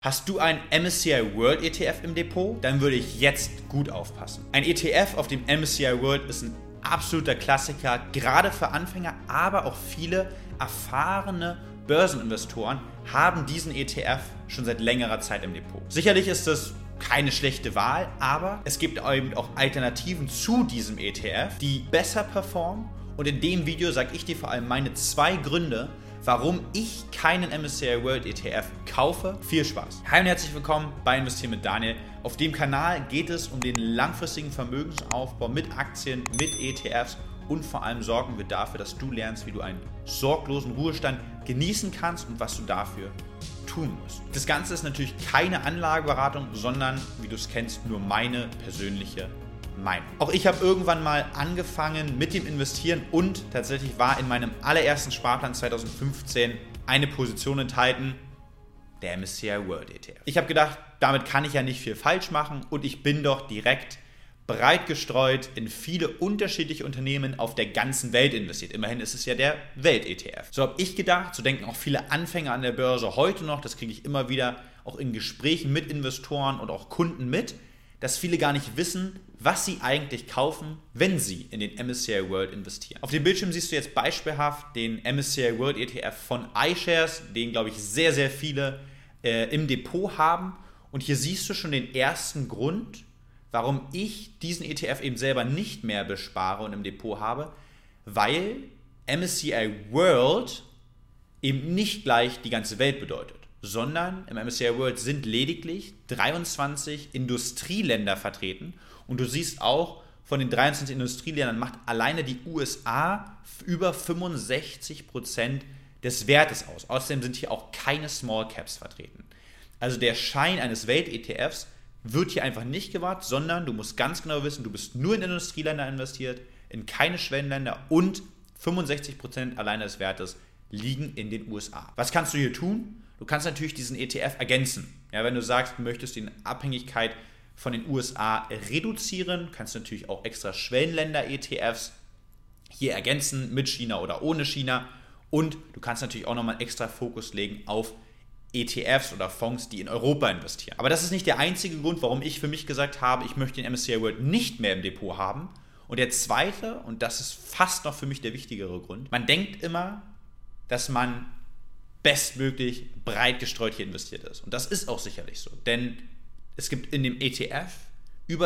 Hast du einen MSCI World ETF im Depot? Dann würde ich jetzt gut aufpassen. Ein ETF auf dem MSCI World ist ein absoluter Klassiker, gerade für Anfänger, aber auch viele erfahrene Börseninvestoren haben diesen ETF schon seit längerer Zeit im Depot. Sicherlich ist das keine schlechte Wahl, aber es gibt eben auch Alternativen zu diesem ETF, die besser performen. Und in dem Video sage ich dir vor allem meine 2 Gründe, warum ich keinen MSCI World ETF kaufe. Viel Spaß! Hi und herzlich willkommen bei Investieren mit Daniel. Auf dem Kanal geht es um den langfristigen Vermögensaufbau mit Aktien, mit ETFs und vor allem sorgen wir dafür, dass du lernst, wie du einen sorglosen Ruhestand genießen kannst und was du dafür tun musst. Das Ganze ist natürlich keine Anlageberatung, sondern, wie du es kennst, nur meine persönliche Meinung. Auch ich habe irgendwann mal angefangen mit dem Investieren und tatsächlich war in meinem allerersten Sparplan 2015 eine Position enthalten, der MSCI World ETF. Ich habe gedacht, damit kann ich ja nicht viel falsch machen und ich bin doch direkt breit gestreut in viele unterschiedliche Unternehmen auf der ganzen Welt investiert. Immerhin ist es ja der Welt-ETF. So habe ich gedacht, so denken auch viele Anfänger an der Börse heute noch, das kriege ich immer wieder auch in Gesprächen mit Investoren und auch Kunden mit, dass viele gar nicht wissen, was sie eigentlich kaufen, wenn sie in den MSCI World investieren. Auf dem Bildschirm siehst du jetzt beispielhaft den MSCI World ETF von iShares, den, glaube ich, sehr, sehr viele im Depot haben. Und hier siehst du schon den ersten Grund, warum ich diesen ETF eben selber nicht mehr bespare und im Depot habe, weil MSCI World eben nicht gleich die ganze Welt bedeutet, sondern im MSCI World sind lediglich 23 Industrieländer vertreten und du siehst auch, von den 23 Industrieländern macht alleine die USA über 65% des Wertes aus. Außerdem sind hier auch keine Small Caps vertreten. Also der Schein eines Welt-ETFs wird hier einfach nicht gewahrt, sondern du musst ganz genau wissen, du bist nur in Industrieländer investiert, in keine Schwellenländer und 65% alleine des Wertes liegen in den USA. Was kannst du hier tun? Du kannst natürlich diesen ETF ergänzen. Ja, wenn du sagst, du möchtest die Abhängigkeit von den USA reduzieren, kannst du natürlich auch extra Schwellenländer-ETFs hier ergänzen, mit China oder ohne China. Und du kannst natürlich auch nochmal extra Fokus legen auf ETFs oder Fonds, die in Europa investieren. Aber das ist nicht der einzige Grund, warum ich für mich gesagt habe, ich möchte den MSCI World nicht mehr im Depot haben. Und der zweite, und das ist fast noch für mich der wichtigere Grund, man denkt immer, dass man bestmöglich breit gestreut hier investiert ist. Und das ist auch sicherlich so, denn es gibt in dem ETF über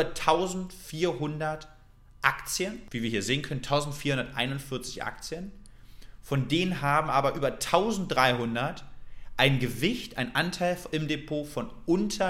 1400 Aktien, wie wir hier sehen können, 1441 Aktien. Von denen haben aber über 1300 ein Gewicht, ein Anteil im Depot von unter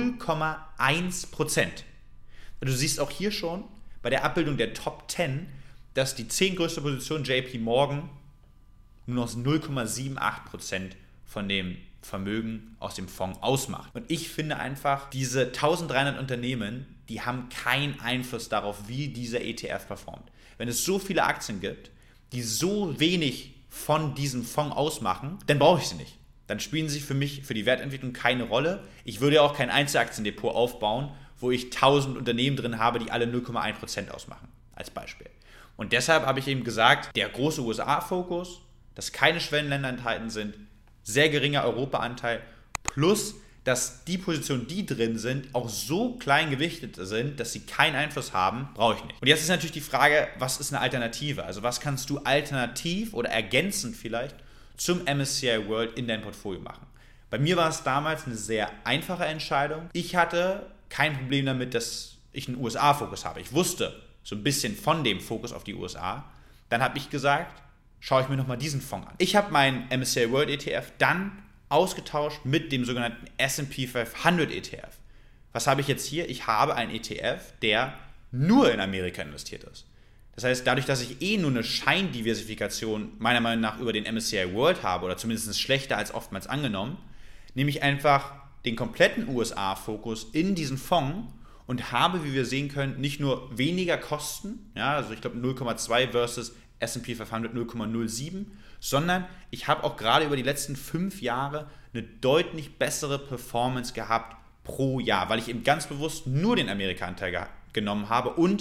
0,1%. Du siehst auch hier schon bei der Abbildung der Top 10, dass die 10 größte Position JP Morgan nur noch 0,78% von dem Vermögen aus dem Fonds ausmacht. Und ich finde einfach, diese 1300 Unternehmen, die haben keinen Einfluss darauf, wie dieser ETF performt. Wenn es so viele Aktien gibt, die so wenig von diesem Fonds ausmachen, dann brauche ich sie nicht. Dann spielen sie für mich, für die Wertentwicklung keine Rolle. Ich würde ja auch kein Einzelaktiendepot aufbauen, wo ich 1000 Unternehmen drin habe, die alle 0,1% ausmachen, als Beispiel. Und deshalb habe ich eben gesagt, der große USA-Fokus, dass keine Schwellenländer enthalten sind, sehr geringer Europa-Anteil, plus, dass die Positionen, die drin sind, auch so klein gewichtet sind, dass sie keinen Einfluss haben, brauche ich nicht. Und jetzt ist natürlich die Frage, was ist eine Alternative? Also was kannst du alternativ oder ergänzend vielleicht zum MSCI World in dein Portfolio machen? Bei mir war es damals eine sehr einfache Entscheidung. Ich hatte kein Problem damit, dass ich einen USA-Fokus habe. Ich wusste so ein bisschen von dem Fokus auf die USA. Dann habe ich gesagt, schaue ich mir nochmal diesen Fonds an. Ich habe meinen MSCI World ETF dann ausgetauscht mit dem sogenannten S&P 500 ETF. Was habe ich jetzt hier? Ich habe einen ETF, der nur in Amerika investiert ist. Das heißt, dadurch, dass ich nur eine Scheindiversifikation meiner Meinung nach über den MSCI World habe, oder zumindest schlechter als oftmals angenommen, nehme ich einfach den kompletten USA-Fokus in diesen Fonds und habe, wie wir sehen können, nicht nur weniger Kosten, ja, also ich glaube 0,2 versus S&P 500 0,07, sondern ich habe auch gerade über die letzten 5 Jahre eine deutlich bessere Performance gehabt pro Jahr, weil ich eben ganz bewusst nur den Amerika-Anteil genommen habe und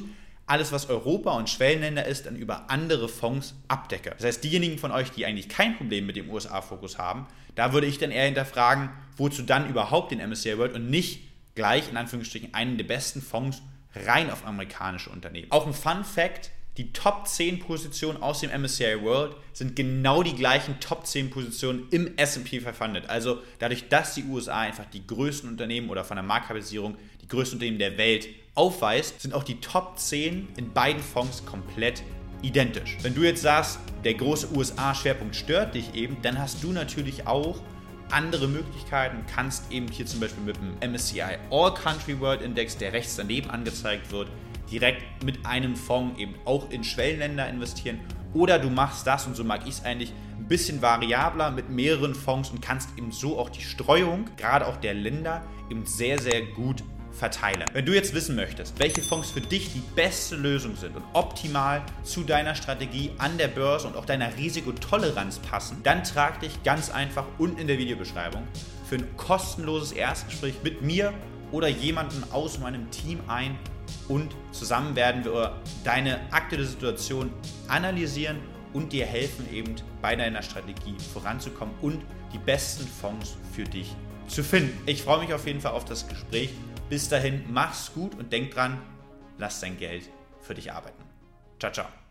alles, was Europa und Schwellenländer ist, dann über andere Fonds abdecke. Das heißt, diejenigen von euch, die eigentlich kein Problem mit dem USA-Fokus haben, da würde ich dann eher hinterfragen, wozu dann überhaupt den MSCI World und nicht gleich in Anführungsstrichen einen der besten Fonds rein auf amerikanische Unternehmen. Auch ein Fun Fact: Die Top 10 Positionen aus dem MSCI World sind genau die gleichen Top 10 Positionen im S&P 500. Also dadurch, dass die USA einfach die größten Unternehmen oder von der Marktkapitalisierung die größten Unternehmen der Welt aufweist, sind auch die Top 10 in beiden Fonds komplett identisch. Wenn du jetzt sagst, der große USA-Schwerpunkt stört dich eben, dann hast du natürlich auch andere Möglichkeiten, kannst eben hier zum Beispiel mit dem MSCI All Country World Index, der rechts daneben angezeigt wird, direkt mit einem Fonds eben auch in Schwellenländer investieren, oder du machst das, und so mag ich es eigentlich, ein bisschen variabler mit mehreren Fonds und kannst eben so auch die Streuung, gerade auch der Länder, eben sehr, sehr gut verteilen. Wenn du jetzt wissen möchtest, welche Fonds für dich die beste Lösung sind und optimal zu deiner Strategie an der Börse und auch deiner Risikotoleranz passen, dann trag dich ganz einfach unten in der Videobeschreibung für ein kostenloses Erstgespräch mit mir oder jemandem aus meinem Team ein, und zusammen werden wir deine aktuelle Situation analysieren und dir helfen, eben bei deiner Strategie voranzukommen und die besten Fonds für dich zu finden. Ich freue mich auf jeden Fall auf das Gespräch. Bis dahin, mach's gut und denk dran, lass dein Geld für dich arbeiten. Ciao, ciao.